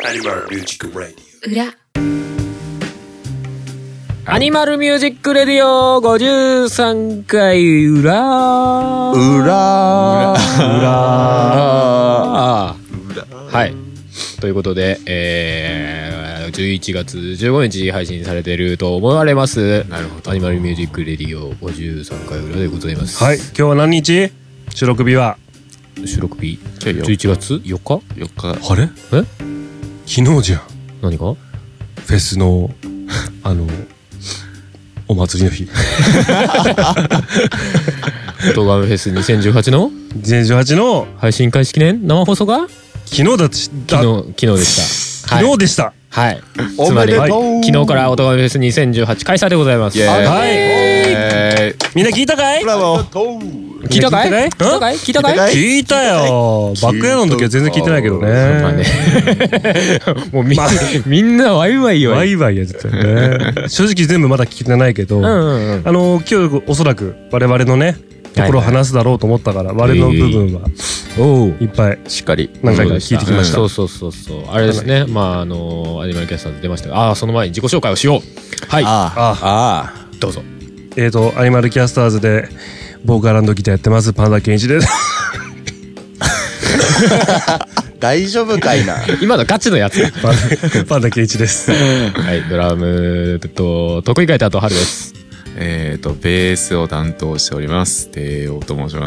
アニマルミュージックレディオ53回裏はいということで、11月15日配信されていると思われます。なるほど。アニマルミュージックレディオ53回裏でございます。 はい。今日は何日？収録日は 11月4日あれ？昨日じゃん。 何が？ フェスのお祭りの日。 音ガメフェス2018の 2018の配信開始記念生放送が昨日でした。昨日でした。 はい。つまり昨日から音ガメフェス2018開催でございます。 はい。みんな聞いたかい？ 聞いたかい？聞いたよ。バックヤードの時は全然聞いてないけどね。まあね。 もうみんなワイワイよ。 ワイワイやってたよね。正直全部まだ聞いてないけど、今日おそらく我々のねところを話すだろうと思ったから、我々の部分はいっぱいしっかり何回か聞いてきました。 そうあれですね。まあアニマルキャスターズ出ましたが、その前に自己紹介をしよう。はい。どうぞ。 アニマルキャスターズでボーカル&ギターやってますパンダケンイチです。 大丈夫かいな。 今のガチのやつ。 パンダケンイチです。 はい。ドラムと得意ガイターとハルです。 ベースを担当しておりますテイオと申します。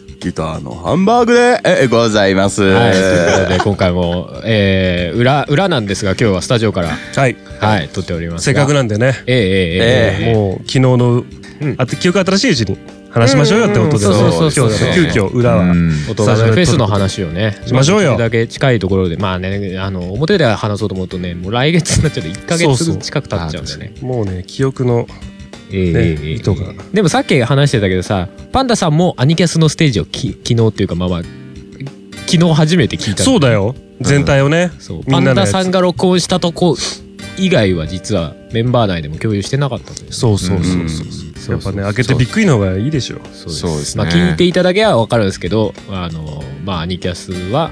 ギターのハンバーグでございます。 はい。ということで今回も裏なんですが、今日はスタジオからはい撮っております。 せっかくなんでね。もう昨日の記憶新しいうちに話しましょうよってことで、今日急遽裏は音ガメフェスの話をねしましょうよ。 だけ近いところで、まあね、表で話そうと思うとね、もう来月になっちゃって1ヶ月近く経っちゃうんでね。 もうね、記憶の糸が。 でもさっき話してたけどさ、パンダさんもアニキャスのステージを昨日っていうか、まあ昨日初めて聞いた。 そうだよ、全体をね。 パンダさんが録音したとこ以外は実はメンバー内でも共有してなかったという。 そうやっぱね、開けてびっくりの方がいいでしょ。 そうですね。まあ聞いていただけは分かるんですけど、まあアニキャスは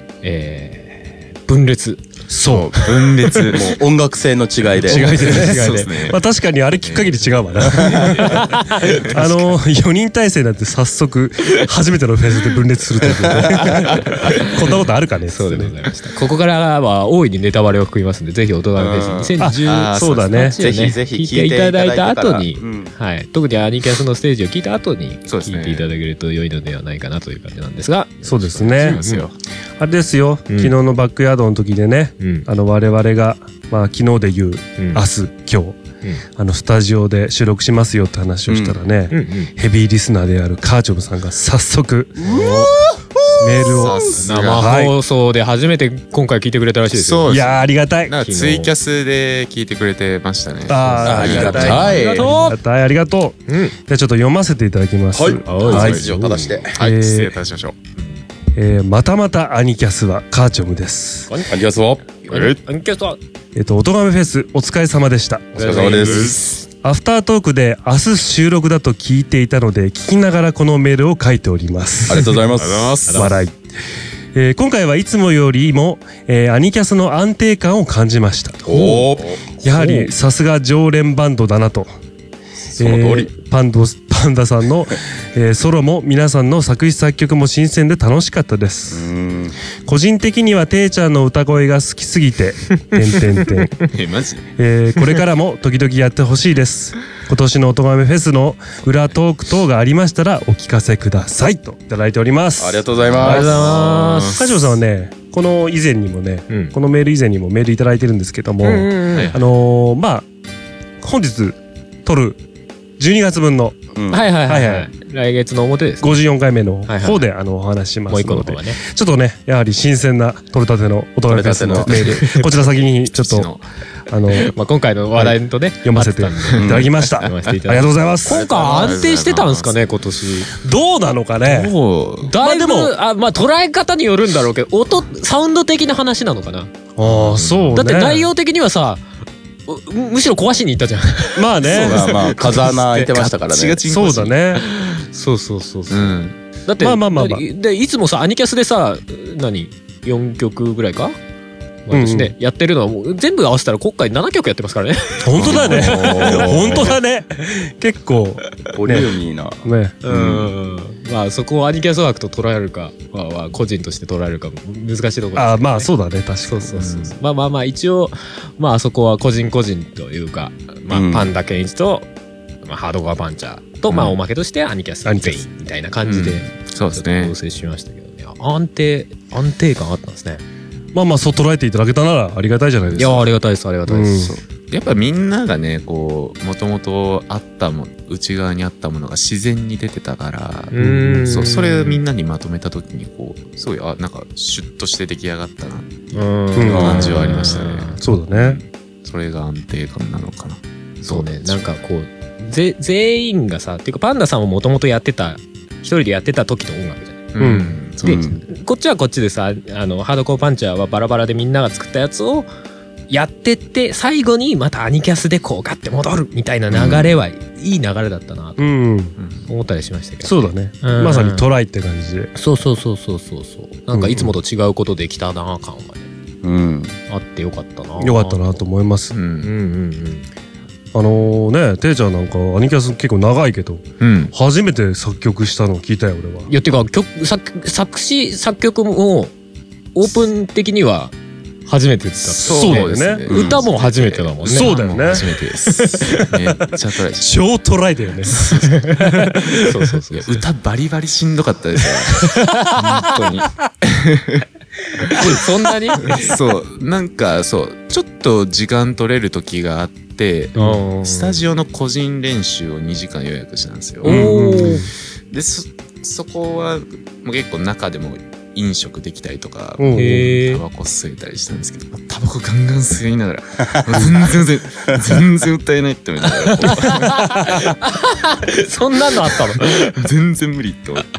分裂。 そう、分裂。もう音楽性の違いで。 違いでね。まあ確かにあれ聞く限り違うわな。4人体制なんて早速初めてのフェスで分裂するというね。こんなことあるかね。 そうでございました。ここからは大いにネタバレを含みますので、ぜひ音ガメフェス2018 そうだね。 ぜひぜひ聞いていただいた後に、はい、特にアニキャスのステージを聞いた後に聞いていただけると良いのではないかなという感じなんですが。 そうですね。あれですよ。昨日のバックヤードの時でね。我々が、まあ、昨日で言う、明日今日、スタジオで収録しますよって話をしたらね、ヘビーリスナーであるカーチョムさんが早速メールを生放送で初めて今回聞いてくれたらしいですよ。 いやありがたい。 なんかツイキャスで聞いてくれてましたね。 ありがたい。 ありがとう。じゃあちょっと読ませていただきます。 はい。字を正して。 はい。失礼いたしましょう。 またまたアニキャスはカーチョムです。 アニキャスは音ガメフェスお疲れ様でした。 お疲れ様です。 アフタートークで明日収録だと聞いていたので聞きながらこのメールを書いております。 ありがとうございます。 笑い。今回はいつもよりもアニキャスの安定感を感じました。やはりさすが常連バンドだなと。 その通り。 パンダさんの、ソロも皆さんの作詞作曲も新鮮で楽しかったです。個人的にはていちゃんの歌声が好きすぎてマジこれからも時々やってほしいです。今年の音ガメフェスの裏トーク等がありましたらお聞かせくださいといただいております。 ありがとうございます。 ありがとうございます。 カジョさんはね、この以前にもね、このメール以前にもメールいただいてるんですけども、まあ本日撮る12月分の来月の表ですね。 54回目の方でお話ししますので、 もう一個の方はね、 ちょっとねやはり新鮮な取れたての音ガメフェスのメールこちら先にちょっとまあ今回の話題とね読ませていただきました。ありがとうございます。 今回安定してたんですかね、今年。 どうなのかね。 だいぶまあ捉え方によるんだろうけど、サウンド的な話なのかな。 そうね。 だって内容的にはさ、むしろ壊しに行ったじゃん。 まあね。 まあ風穴開いてましたからね。 そうだね。 そう。だってでいつもさアニキャスでさ4曲ぐらいか毎年ね、やってるのはもう全部合わせたら今回7曲やってますからね。 本当だね。本当だね。結構ボリューミーな。 ね。 まあそこをアニキャス枠と捉えるかは個人として捉えるか難しいところですけどね。 あ、まあそうだね、確かに。 そう。まあ一応まあそこは個人個人というか、まあパンダケンイチと、まあ、ハードコアパンチャーと、まあおまけとしてアニキャス全員みたいな感じで、 そうですね。 構成しましたけどね。安定感あったんですね。 まあそう捉えていただけたならありがたいじゃないですか。 いや、ありがたいです。 やっぱみんながね、こうもともとあった内側にあったものが自然に出てたから、それをみんなにまとめた時にこうすごいなんかシュッとして出来上がったなっていう感じはありましたね。 そうだね。 それが安定感なのかな。 そうね、なんかこう全員がさ、っていうかパンダさんももともとやってた一人でやってた時の音楽じゃない。でこっちはこっちでさ、ハードコアパンチャーはバラバラでみんなが作ったやつをやってって最後にまたアニキャスでこうガッて戻るみたいな流れはいい流れだったなと思ったりしましたけど。 そうだね。まさにトライって感じで。 そう。なんかいつもと違うことできたな感がね、あってよかったな。 よかったなと思います。ね、ていちゃんなんかアニキャス結構長いけど、初めて作曲したのを聞いたよ俺は。 いや、てか作詞作曲もオープン的には初めてだった。 そうだよね。 歌も初めてだもんね。 そうだよね。 初めてです。めっちゃトライ。 超トライだよね。 そう。歌バリバリしんどかったですよ。本当に。 そんなに？ そう、なんかそう、ちょっと時間取れる時があって、スタジオの個人練習を2時間予約したんですよ。で、そこはもう結構中でも飲食できたりとか、タバコ吸えたりしたんですけど、タバコガンガン吸いながら、全然歌えないって思いながら、 そんなのあったの？ 全然無理って思って、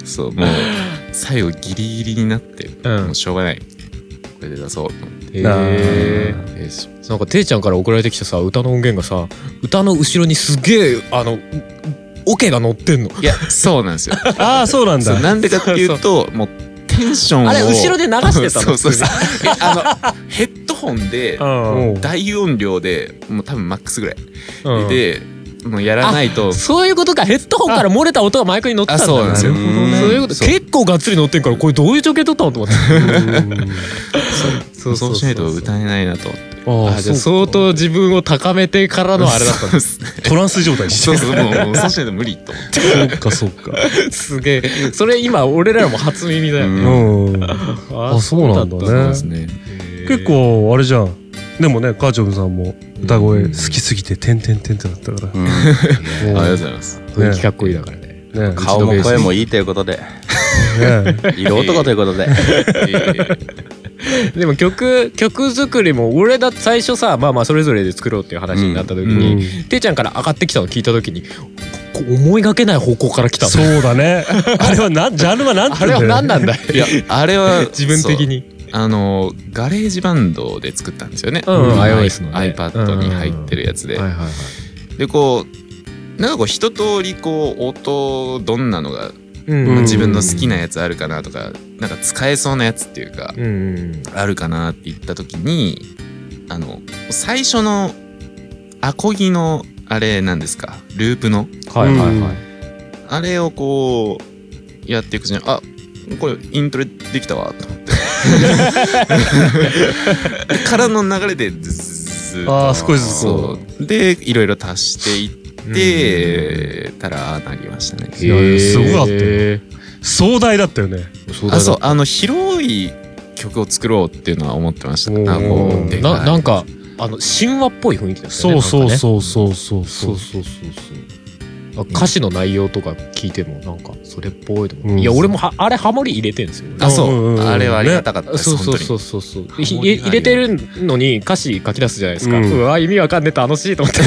そう、もう最後ギリギリになって、もうしょうがない、これで出そうと思って。 なんかていちゃんから送られてきたさ、歌の音源がさ、歌の後ろにすげえオケが乗ってんの。 いや、そうなんですよ。 ああ、そうなんだ。 なんでかっていうと、もうテンションをあれ後ろで流してたの？ そうヘッドホンで大音量でもう多分マックスぐらいでもうやらないと。そういうことか。ヘッドホンから漏れた音がマイクに乗ってたんだ。 そうなんですよ。そういうこと。結構がっつり乗ってんから、これどういう状況取ったのと思って。 そうしないと歌えないなと。 じゃあ相当自分を高めてからのあれだったんです。 トランス状態にして。 そうもうそうしないと無理と思って。 そうか。 すげえ。それ今俺らも初耳だよね。 あ、そうなんだね。結構あれじゃん。でもね、カーチョブさんも歌声好きすぎててんてんてんってなったから。 ありがとうございます。 雰囲気かっこいいだからね。 顔も声もいいということで、色男ということで。 でも曲作りも俺だって最初さ、まあそれぞれで作ろうっていう話になった時に、ていちゃんから上がってきたの聞いた時に思いがけない方向から来た。 そうだね。あれはジャンルは何て言うんだよ。 あれは何なんだ。いや、あれは自分的にガレージバンドで作ったんですよね。 iOS の iPad に入ってるやつで。でこうなんかこう一通りこう音どんなのが自分の好きなやつあるかなとか、なんか使えそうなやつっていうかあるかなって言った時に、最初のアコギのあれなんですか、ループのあれをこうやっていくうちに、あ、これイントロできたわと思ってからの流れでずっと少しずつこうでいろいろ足していってたらなりましたね。 すごかったよ。壮大だったよね。 そう、広い曲を作ろうっていうのは思ってました。 なんか神話っぽい雰囲気だったね。そう歌詞の内容とか聞いてもなんかそれっぽいと思う。いや俺もあれハモリ入れてるんですよ。 あ、そうあれはありがたかったです。 そう入れてるのに歌詞書き出すじゃないですか。うわ意味わかんねえ楽しいと思って。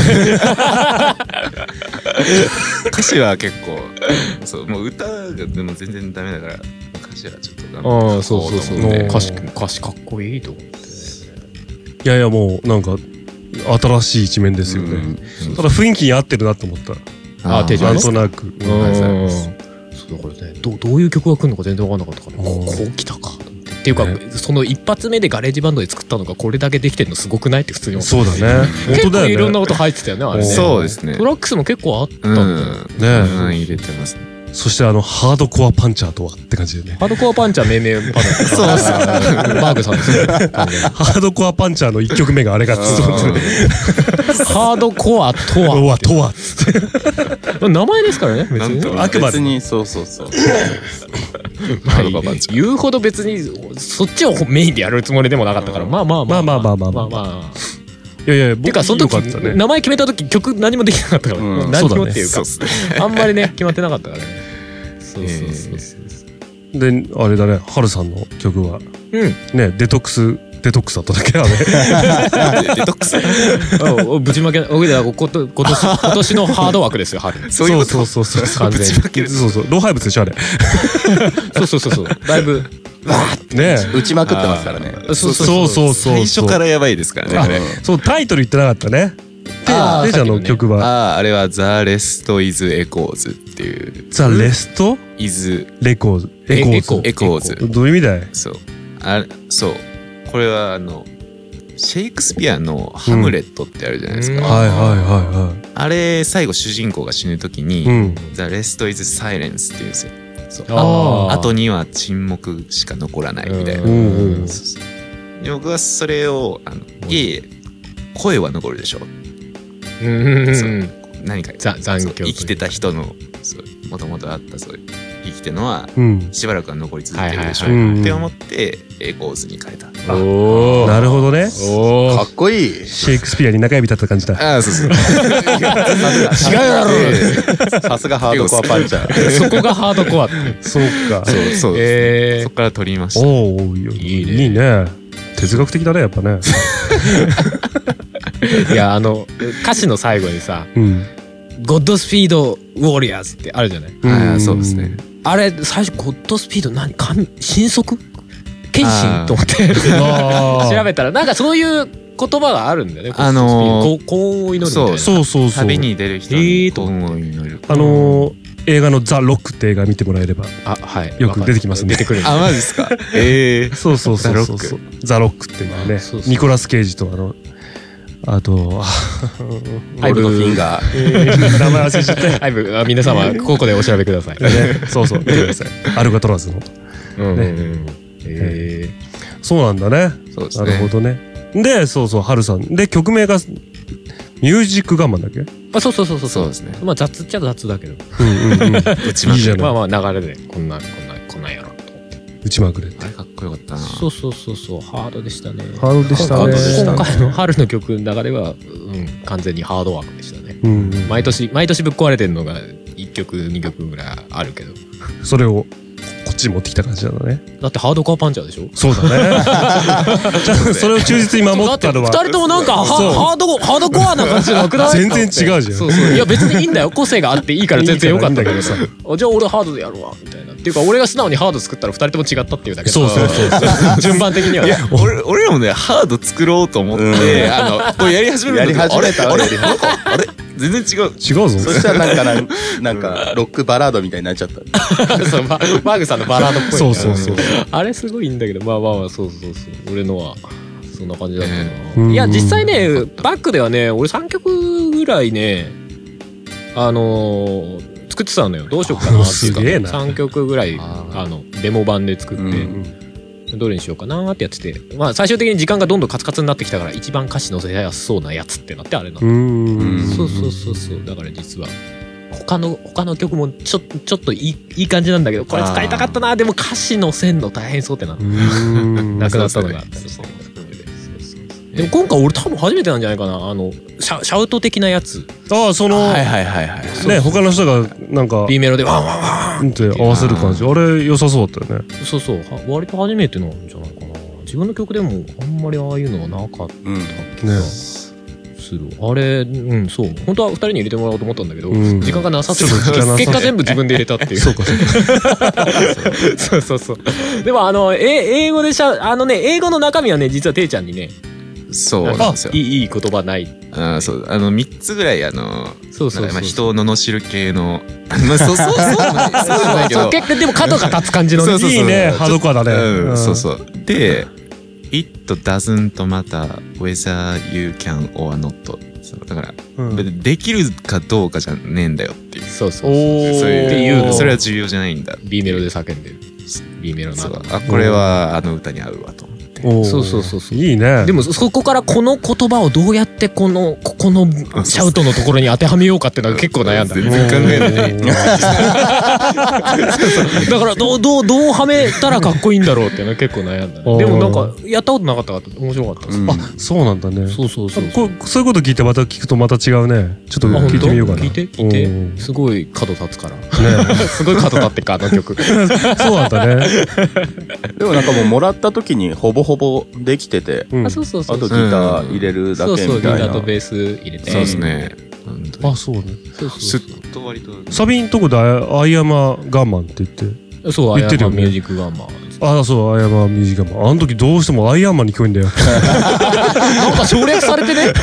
歌詞は結構そうもう歌がでも全然ダメだから歌詞はちょっと頑張ってそう歌詞かっこいいと思って。 いやもうなんか新しい一面ですよね。ただ雰囲気に合ってるなと思った。なんとなく。 そうだからね、どういう曲が来るのか全然分かんなかったから、こう来たかと思って。 っていうかその一発目でガレージバンドで作ったのがこれだけできてるのすごくないって普通に思った。 そうだね。 結構いろんな音入ってたよねあれね。 そうですね。 トラックスも結構あったんだよね。 入れてますね。 そしてハードコアパンチャーとはって感じでね。 ハードコアパンチャー命名パンチャー。そうそう。バーグさんですよ。 ハードコアパンチャーの1曲目があれがずっとハードコアとはとはつって名前ですからね別に。 あくまでにそうそうそう。 言うほど別にそっちをメインでやるつもりでもなかったから、まあまあまあまあまあまあまあ。いやいや、てかその時名前決めた時曲何もできなかったから何もっていうかあんまりね決まってなかったからね。そうそうそうそう。 であれだね、ハルさんの曲はね、デトックスだっただけあれ。 デトックス。 ぶちまけ今年のハードワークですよ春。 そういうことそう完全に。 そうそう老廃物でしょあれ。 そうだいぶね打ちまくってますからね。 そう最初からやばいですからね。 そうタイトル言ってなかったね。テイちゃんの曲はあれはザ・レスト・イズ・エコーズっていう。 ザ・レスト・イズ・レコーズエコーズ。 どういう意味だい？ そうこれはシェイクスピアのハムレットってあるじゃないですか。あれ最後主人公が死ぬ時にザ・レスト・イズ・サイレンスって言うんですよ。後には沈黙しか残らないみたいな。僕はそれをいえいえ声は残るでしょ。何か残響生きてた人のもともとあったそういう生きてるのはしばらくは残り続けるでしょって思ってエコーズに変えた。 なるほどね。 かっこいい。 シェイクスピアに中指立った感じだ。 ああそうそう。 違うだろ。 さすがハードコアパンチャー。 そこがハードコア。 そうか。 そう。そこから取りました。 おおいいね。哲学的だねやっぱね。 いや歌詞の最後にさ「ゴッドスピードウォリアーズ」ってあるじゃない。 ああそうですね。 あれ最初ゴッドスピード何神速剣心と思って調べたらなんかそういう言葉があるんだよね。幸運を祈るみたいな。 そう旅に出る人に幸運を祈る。 映画のザ・ロックって映画見てもらえればよく出てきますね。 出てくる。 あマジですか。 そうザ・ロックっていうのはねニコラス・ケイジとあとゴールドフィンガー名前忘れちゃってハイブ皆様ここでお調べください。 そう見てください。アルバトラズのそうなんだね。なるほどね。でハルさんで曲名がミュージックガンマンだっけ？ そうですね。 まあ雑っちゃ雑だけど。 いいじゃない。 まあ流れでこんなんやろうと思って。 打ちまくれて。 あれかっこよかったな。 そうハードでしたね。 ハードでしたね。 今回の春の曲の中では完全にハードワークでしたね。毎年ぶっ壊れてるのが1曲2曲ぐらいあるけど。 それをこっちに持ってきた感じなんだね。 だってハードコアパンチャーでしょ。 そうだね。それを忠実に守ったのは。 2人ともなんかハードコアな感じのくない？ 全然違うじゃん。 そういや別にいいんだよ。個性があっていいから全然よかったけどさ。じゃあ俺ハードでやるわみたいな。っていうか俺が素直にハード作ったら2人とも違ったっていうだけで。そう順番的には。 俺らもねハード作ろうと思ってこれやり始めた。あれ全然違うぞ。 そしたらなんかロックバラードみたいになっちゃった。 そうバーグさんのバラードっぽい。 そうあれすごいいいんだけどまあそう俺のはそんな感じだったな。いや実際ねバックではね俺3曲ぐらいね作ってたのよ。どうしようかなっていうか3曲ぐらいデモ版で作ってどれにしようかなってやってて、まあ最終的に時間がどんどんカツカツになってきたから一番歌詞載せやすそうなやつってなってあれなの。そうだから実は他の曲もちょっといい感じなんだけどこれ使いたかったな。でも歌詞載せんの大変そうってななくなったのがあったりして。でも今回俺多分初めてなんじゃないかなシャウト的なやつ。 ね他の人がなんか B メロでワンワンワンって合わせる感じあれ良さそうだったよね。 そう割と初めてなんじゃないかな。自分の曲でもあんまりああいうのはなかった気がする。あれそう本当は2人に入れてもらおうと思ったんだけど時間がなさすぎて結果全部自分で入れたっていう。そうでも英語で英語の中身はね実はていちゃんにねそうなんですよ。 いい言葉ないそう3つぐらいそうそうそう、 人を罵る系のそうだけど結構でも角が立つ感じのね。 いいね、ハードコアだね。 そうそう。で It doesn't matter whether you can or not。だから、できるかどうかじゃねえんだよっていう。 そうそうそう。 そういう、それは重要じゃないんだ。 B メロで叫んでる。B メロの後。 これは歌に合うわと思って。 そうそうそうそう。 いいね。 でもそこからこの言葉をどうやってここのシャウトのところに当てはめようかっていうのが結構悩んだ。 全然考えない。 だからどうはめたらかっこいいんだろうっていうのは結構悩んだ。でもなんかやったことなかったから面白かったです。 あ、そうなんだね。 そうそうそう。 そういうこと聞いてまた聞くとまた違うね。ちょっと聞いてみようかな。 聞いて。すごい角立つから。すごい角立ってか曲。 そうなんだね。 でもなんかもらった時にほぼできてて、 あとギター入れるだけみたいな。 そうそう、ギターとベース入れて。 そうですね。 あ、そうね。 すっと割と。 サビんとこでアイアマガンマンって言って。 そう、 言ってるよね。 アイアマミュージックガンマン。 あ、そう、アイアマミュージックガンマン。あの時どうしてもアイアンマンに聞こえんだよ。 なんか省略されてね。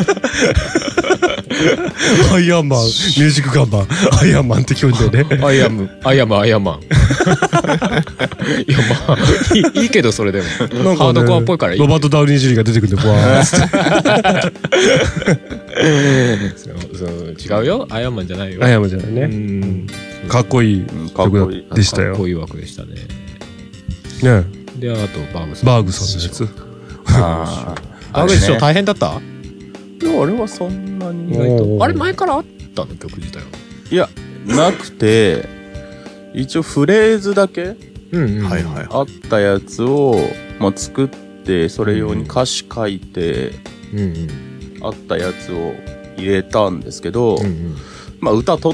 アイアンマン、ミュージックガンマン、アイアンマンって聞こえんだよね。 アイアンマン。いや、まあ、いいけどそれでも。なんかハードコアっぽいからいい。 ロバート・ダウニー・ジュリーが出てくるんだよ、 違うよ。アイアンマンじゃないよ。 アイアンマンじゃないね。かっこいい曲でしたよ。 かっこいい枠でしたね。 ね。 で、あとバーグさんのやつ。 バーグ師匠大変だった？ いや、あれはそんなに。 意外と。あれ前からあったの曲自体は？ いや、なくて、一応フレーズだけあったやつを、作って、それ用に歌詞書いて、あったやつを入れたんですけど、歌取って、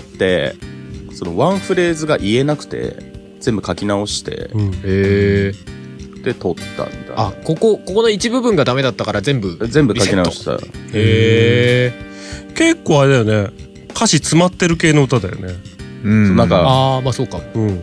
そのワンフレーズが言えなくて、全部書き直して、で撮ったんだ。 あ、ここの一部分がダメだったから全部書き直した。 へえ。 結構あれだよね。歌詞詰まってる系の歌だよね。 なんか、 ああ、まあそうか。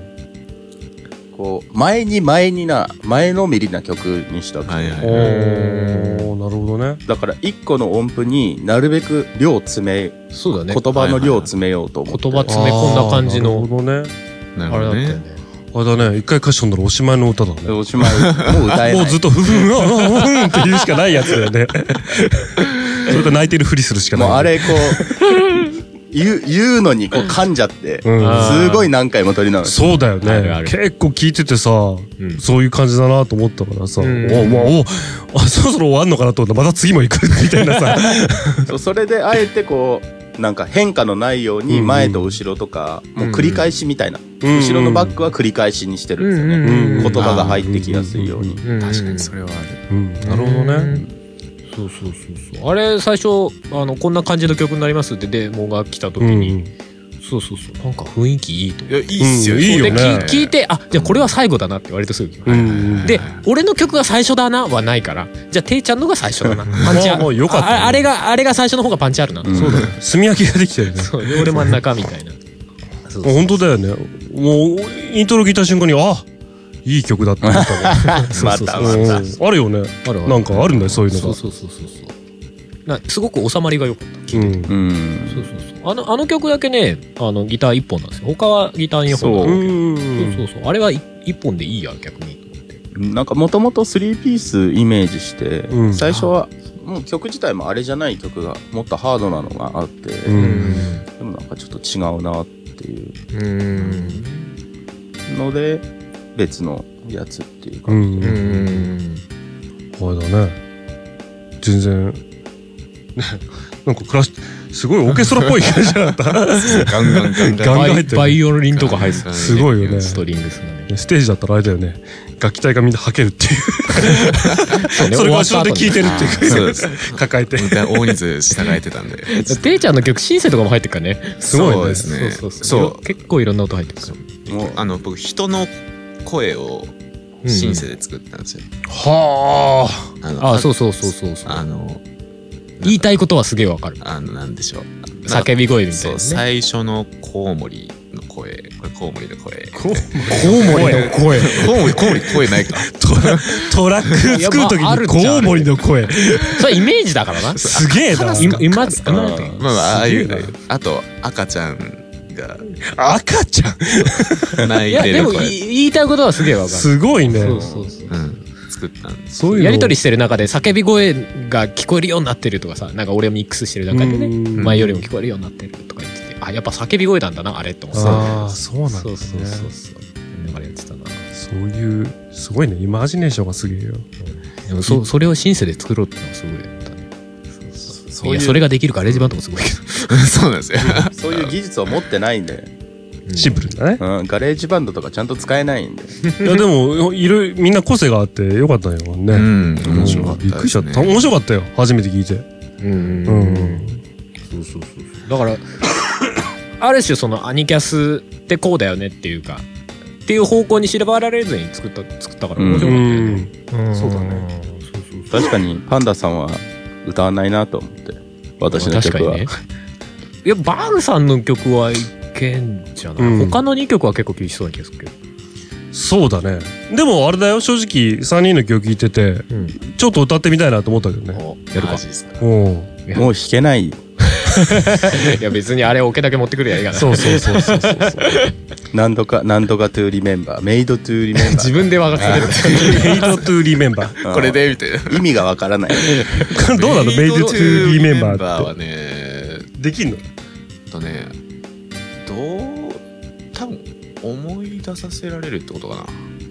こう前のめりな曲にしたくて。 なるほどね。 だから一個の音符になるべく量詰め、 そうだね。 言葉の量詰めようと思って。 言葉詰め込んだ感じの。 なるほどね。 あれだったよね。 あれだね、一回歌詞飛んだらおしまいの歌だね。 おしまい。もう歌えない。 もうずっとふんって言うしかないやつだよね。それか泣いてるふりするしかない。 もうあれこう言うのにこう噛んじゃって、すごい何回も撮り直して。 そうだよね。結構聞いててさ、そういう感じだなと思ったからさ、そろそろ終わんのかなと思ったらまた次も行くみたいなさ。 それであえてこう。なんか変化のないように前と後ろとかもう繰り返しみたいな、後ろのバックは繰り返しにしてるんですよね、言葉が入ってきやすいように。 確かにそれはある。 なるほどね。 そうあれ最初こんな感じの曲になりますってデモが来た時に、そうなんか雰囲気いいと。 いや、いいっすよ。 いいよね。 聞いて、あ、じゃあこれは最後だなって割とすぐ。で、俺の曲が最初だなはないから、じゃあていちゃんのが最初だな。パンチある。 よかった。 あれが最初の方がパンチあるな。 そうだね。炭焼きができてるね。 そう、で俺真ん中みたいな。 本当だよね。もうイントロ聞いた瞬間にいい曲だって思ったね。 またあるよね。なんかあるんだよ、そういうのが。 そう。すごく収まりが良かった。あの曲だけね、ギター1本なんですよ。他はギター2本なんだけど。そう。あれは1本でいいや、逆に。 なんかもともと3ピースイメージして、最初はもう曲自体もあれじゃない曲がもっとハードなのがあって、でもなんかちょっと違うなっていうので、別のやつっていう感じで。 これだね。全然。なんかすごいオーケストラっぽい感じじゃなかった。 ガンガン入ってる。 バイオリンとか入ってる。 すごいよね。 ストリングスがね。 ステージだったらあれだよね。楽器隊がみんなはけるっていう。それが後ろで聴いてるっていう。抱えて。 大人数従えてたんで。 ていちゃんの曲シンセとかも入ってるからね。 すごいね。 そうですね。 そう。結構いろんな音入ってるから。 もう僕人の声をシンセで作ったんですよ。 はあ。そう。言いたいことはすげえわかる。 なんでしょう。 叫び声みたいなね。 最初のコウモリの声これコウモリの声。 コウモリの声。 コウモリ声ないか。 トラック作る時にコウモリの声。 それイメージだからな。 すげえな。 今まあああいうあと赤ちゃんが赤ちゃんいやでも泣いてる声。 言いたいことはすげえわかる。 すごいね。 そうそうそう。 作ったんです。 そういうのやり取りしてる中で叫び声が聞こえるようになってるとかさ、なんか俺ミックスしてる中でね、前よりも聞こえるようになってるとか言ってて、あ、やっぱ叫び声なんだなあれって思って。 ああ、そうなんだね。 そうそうそうそう。だからやってたな。 そういうすごいね、イマジネーションがすげえよ。 でもそれをシンセで作ろうってのはすごいやったね。いやそれができるガレージバンドもすごいけど。 そうなんですよ。 そういう技術を持ってないんで、 シンプルだね。 ガレージバンドとかちゃんと使えないんで。 いやでもみんな個性があってよかったよね。 面白かった。 びっくりしちゃった。面白かったよ。初めて聞いて。 そうそうそうそう。だからある種そのアニキャスってこうだよねっていうかっていう方向に縛られずに作ったから面白かったよね。 そうだね。 確かにパンダさんは歌わないなと思って、私の曲は。 確かにね。いやバールさんの曲はいけんじゃない、他の2曲は結構厳しそうな気がするけど。 そうだね。でもあれだよ、正直3人の曲聴いてて、ちょっと歌ってみたいなと思ったけどね。 やるか。 もう弾けない。 いや別にあれオケだけ持ってくるやいいがな。 そう何度かトゥーリメンバー、メイドトゥーリメンバー。 自分で分かってる。 メイドトゥーリメンバー。 これでみたいな。 意味がわからない。 どうなのメイドトゥーリメンバーって。 はね、 できんの？ 多分思い出させられるってことかな。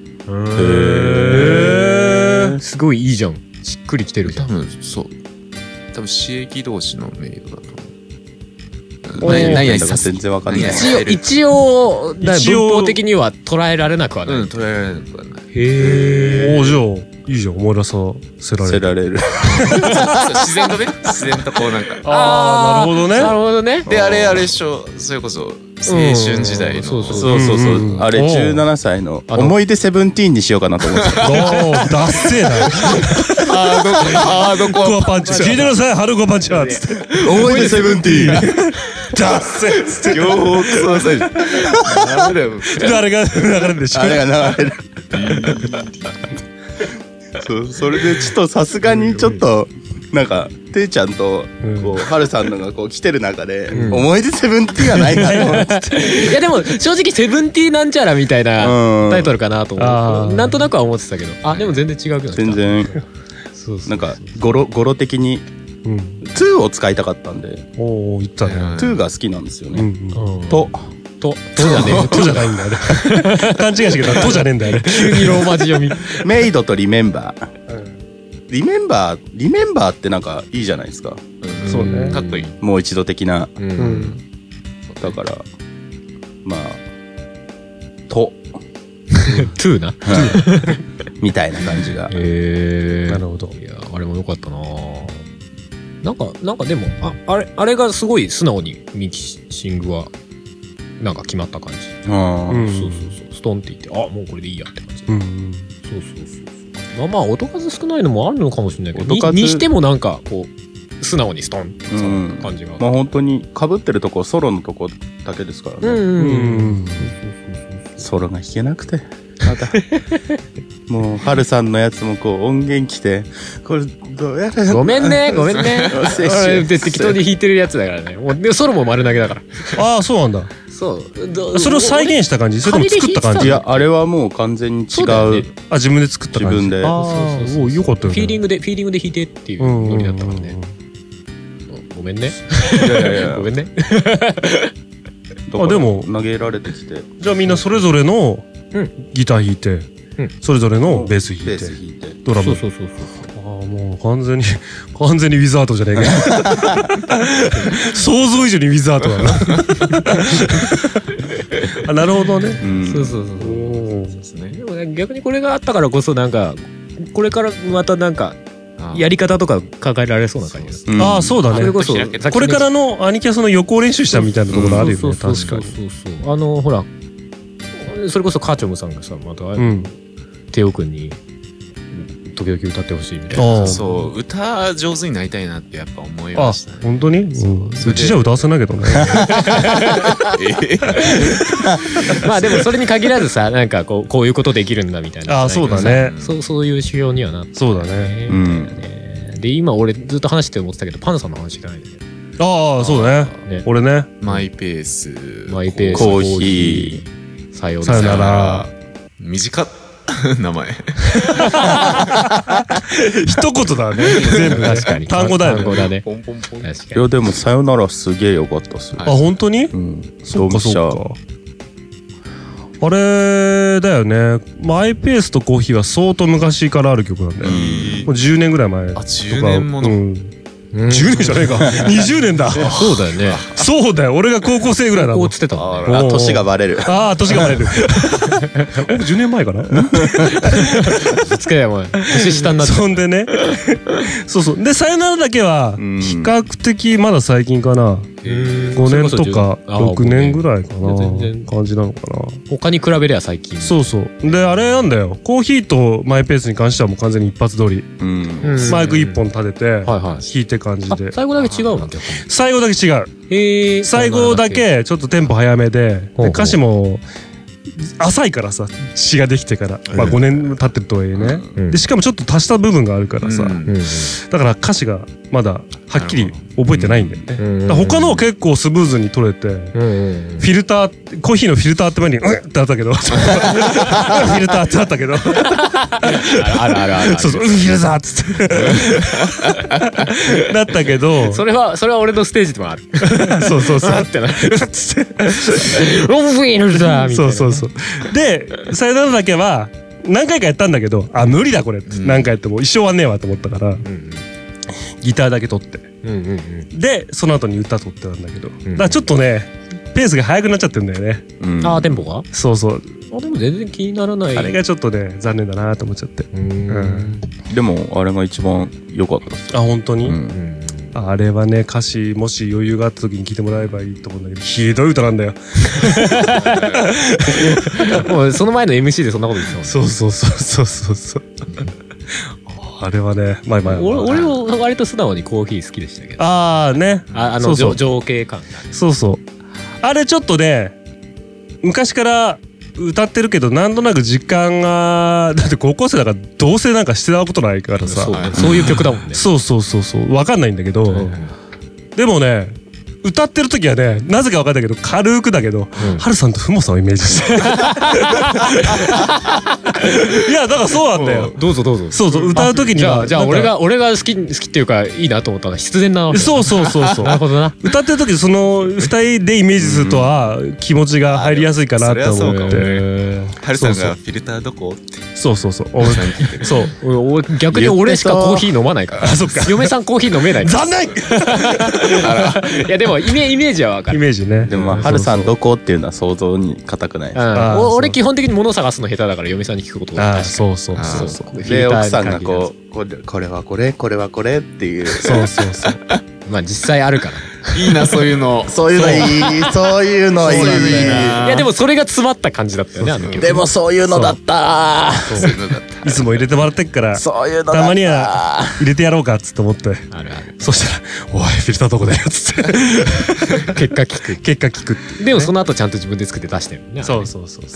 すごいいいじゃん。しっくりきてるじゃん。 多分刺激同士のメイドだと思う。 何やったか全然わかんない。 一応文法的には捉えられなくはない。 捉えられなくはない。 へえ。じゃあいいじゃん、思い出させられる。 自然とこうなんか。 ああ、なるほどね。 なるほどね。 であれでしょ、それこそ青春時代の。 そうあれ17歳の思い出セブンティーンにしようかなと思ってた。 おー、ダッセーな。ハードコアパンチ。聞いてください、ハルコパンチは。つって。 思い出セブンティーン。 ダッセー。つって。 両方クソ浅いじゃん。 誰が流れるでしょ。 あれが流れる。それでちょっとさすがにちょっとなんかていちゃんとこうはるさんのがこう来てる中で思い出セブンティーンはないなと思っていやでも正直セブンティーなんちゃらみたいなタイトルかなと思う。なんとなくは思ってたけど、あでも全然違うけど。 全然なんか語呂的に2を使いたかったんで。 おお、言ったね。 2が好きなんですよね。とじゃねえ。とじゃないんだよね。勘違いしてけど、とじゃねえんだよね。 急にローマ字読み。 メイドとリメンバー。リメンバーってなんかいいじゃないですか。 そうね。 かっこいい。 もう一度的な。だからまあとトゥーな。 みたいな感じが。 なるほど。 いやあれも良かったな。なんかでもあれがすごい素直にミキシングは。なんか決まった感じ。そうストンって言って、あもうこれでいいやって感じ。そうまあ音数少ないのもあるのかもしれないけど、にしてもなんかこう素直にストンって感じが。 まあ本当に被ってるとこソロのとこだけですからね。ソロが弾けなくてまたもうはるさんのやつもこう音源来てこれどうやらごめんね適当に弾いてるやつだからね。もうソロも丸投げだから。 ああそうなんだ。 そうそれを再現した感じ？それとも作った感じ？ いやあれはもう完全に違う。 あ自分で作った感じ。 自分で。 ああおよかったよね。 フィーリングで弾いてっていうノリだったからね。ごめんね。ごめんね。 あでも投げられてきて。 じゃあみんなそれぞれのギター弾いて、それぞれのベース弾いて、ドラム。そう。ああもう完全にウィザードじゃねえか。想像以上にウィザードだな。あなるほどね。 そうですね。でも逆にこれがあったからこそなんかこれからまたなんかやり方とか考えられそうな感じです。 ああそうだね。 それこそこれからのアニキャスの予行練習したみたいなところあるよね。確かに。 ほらそれこそカーチョムさんがさまたテオ君に時々歌ってほしいみたいな。 そう歌上手になりたいなってやっぱ思いましたね。 本当に？うちじゃ歌わせないけどね。 まあでもそれに限らずさ、なんかこういうことできるんだみたいな。 そうだね。 そういう修行にはなって。 そうだね。 で今俺ずっと話して思ってたけど、パンさんの話聞かないでね。 そうだね。俺ね。 マイペース、 コーヒー、さよなら。 短っ名前。 一言だね。全部確かに。 単語だよね。 単語だね。 ポンポンポン。 いやでもさよならすげえ良かったっすよ。 本当に？ そっかそっか。 あれだよね。マイペースとコーヒーは相当昔からある曲なんだよ。もう10年ぐらい前とか。 10年もの。 10年じゃねえか。20年だ。 そうだよね。 そうだよ。俺が高校生ぐらいだもん。 こうつってたもんね。 年がバレる。 年がバレる。10年前かな。 つけやもん。年下になって。 そんでね。そうでさよならだけは比較的まだ最近かな。5年とか6年ぐらいかな感じなのかな。 他に比べりゃ最近。 そうであれなんだよ。コーヒーとマイペースに関してはもう完全に一発撮り。マイク1本立てて弾いて感じで。 最後だけ違うの？ 最後だけ違う。最後だけちょっとテンポ早めで、歌詞も浅いからさ、詩ができてから5年経ってるとはいえね。でしかもちょっと足した部分があるからさ、だから歌詞がまだはっきり覚えてないんだよね。他のは結構スムーズに取れて、フィルター、コーヒーのフィルターって前にってあったけど、フィルターってあったけど、 ある。 そうフィルターっつってだったけど、 それは俺のステージでもある。 そうってなつってロンフィルターみたいな。 そうでさよならだけは何回かやったんだけど、無理だこれ、何回やっても一生終わんねえわと思ったから、ギターだけ取って、でその後に歌取ってたんだけど、だからちょっとねペースが速くなっちゃってるんだよね。 テンポが？ そうでも全然気にならない。 あれがちょっとね残念だなと思っちゃって。 でもあれが一番良かったです。 本当に？あれはね、歌詞もし余裕があった時に聞いてもらえばいいと思うんだけど、ひどい歌なんだよ。 もうその前の MC でそんなこと言ってたもんね。 そうあれはね、俺も割と素直にコーヒー好きでしたけど。 ね。 情景感が。 そう。あれちょっとね、昔から歌ってるけどなんとなく時間が、だって高校生だからどうせなんかしてたことないからさ、 そういう曲だもんね。 そう分かんないんだけど、でもね歌ってる時はね、なぜか分かんないけど軽くだけど、ハルさんとフモさんをイメージしていやだからそうなんだよ。 どうぞそう歌う時にはじゃあ俺が好きっていうかいいなと思ったのは必然なわけ。そうなるほどな。 歌ってる時その2人でイメージするとは気持ちが入りやすいかなと思って。 ハルさんがフィルターどこって。そう逆に俺しかコーヒー飲まないから。嫁さんコーヒー飲めない。 残念。 いやでもイメージはわかる。 イメージね。 でもハルさんどこっていうのは想像に固くない。 俺基本的に物探すの下手だから嫁さんに聞くことが多い。 そうで奥さんがこれはこれっていう。 そうまあ実際あるから。 いいなそういうの。 そういうのいい。そういうのいい。いやでもそれが詰まった感じだったよね、あの曲。 でもそういうのだった。 いつも入れてもらってっから、 そういうのたまには入れてやろうかっつって思って。 あるある。 そしたら「おいフィルターどこだよ」っつって結果聞く。でもその後ちゃんと自分で作って出してるね。 そう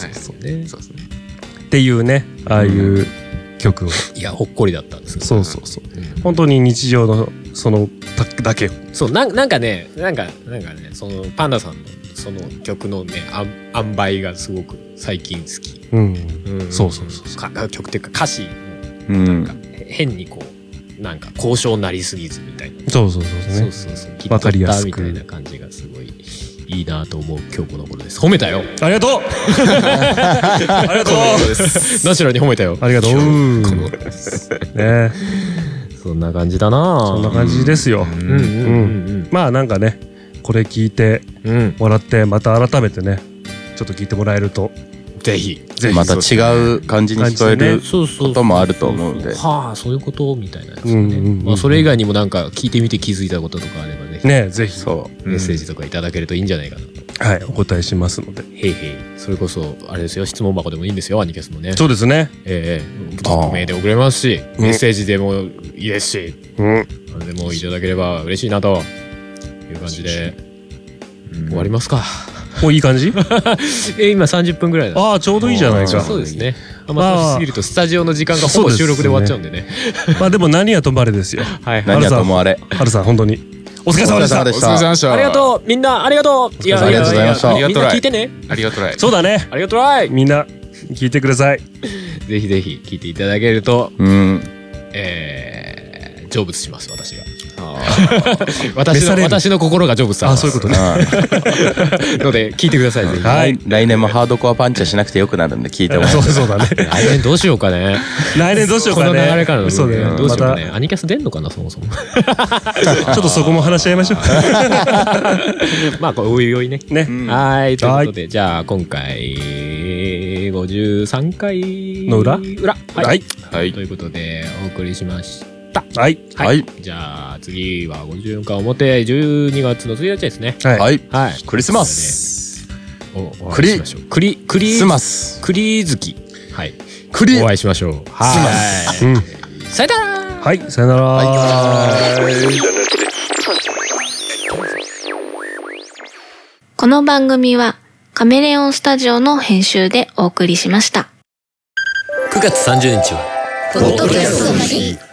っていうね、ああいう曲を。 いやほっこりだったんです。 そう本当に日常のそのだけ。 そうなんかねそのパンダさんのその曲のね塩梅がすごく最近好き。そう曲っていうか歌詞もなんか変にこうなんか高尚なりすぎずみたいな。 そうわかりやすくみたいな感じがすごいいいなと思う今日この頃です。褒めたよ。 ありがとう。ありがとう。 ナチュラルに褒めたよ。 ありがとう。ね。 そんな感じだな。 そんな感じですよ。まあなんかね、これ聞いてもらってまた改めてね、ちょっと聞いてもらえるとぜひまた違う感じに聞こえることもあると思うんで。 はあそういうことみたいなやつね。まあそれ以外にもなんか聞いてみて気づいたこととかあればね。 ねぜひメッセージとかいただけるといいんじゃないかなはい、お答えしますので。 へいへい。それこそ、あれですよ、質問箱でもいいんですよ、アニキャスもね。 そうですね。 匿名で送れますし、メッセージでもいいですし、何でもいただければ嬉しいなという感じで、終わりますか。 もういい感じ？ 今30分ぐらいだ。 ああ、ちょうどいいじゃないか。 そうですね。あんましすぎるとスタジオの時間がほぼ収録で終わっちゃうんでね。 まあでも何はともあれですよ。 はい。 何はともあれ。 はるさん、本当に。お疲れ様でした。 お疲れ様でした。 ありがとうみんなありがとう。いや、 ありがとうございました。 みんな聞いてね。 ありがとう。 そうだね。 ありがとう。 みんな聞いてください。 ぜひぜひ聞いていただけると、成仏します、私が。私の心が成仏されます。 あ、そういうことね。 ので、聞いてください、ぜひ。 はい。 来年もハードコアパンチはしなくてよくなるんで聞いてもらって。 そうだね。 来年どうしようかね。 来年どうしようかね。 この流れからのそうだよ。 どうしようかね。アニキャス出んのかな、そもそも。 ちょっとそこも話し合いましょう。 まあ、おいおいね。 ね。 はい。ということで、じゃあ、今回、53回の裏。 はい。ということで、お送りしました。 はい。 はい。じゃあ、次は54回表、12月の1日ですね。 はい。 はい。 クリスマス。 クリスマス。クリ月。はい。お会いしましょう。はい。さよなら。 はい。さよなら。 この番組はカメレオンスタジオの編集でお送りしました。 9月30日は、 ポッドキャストの日。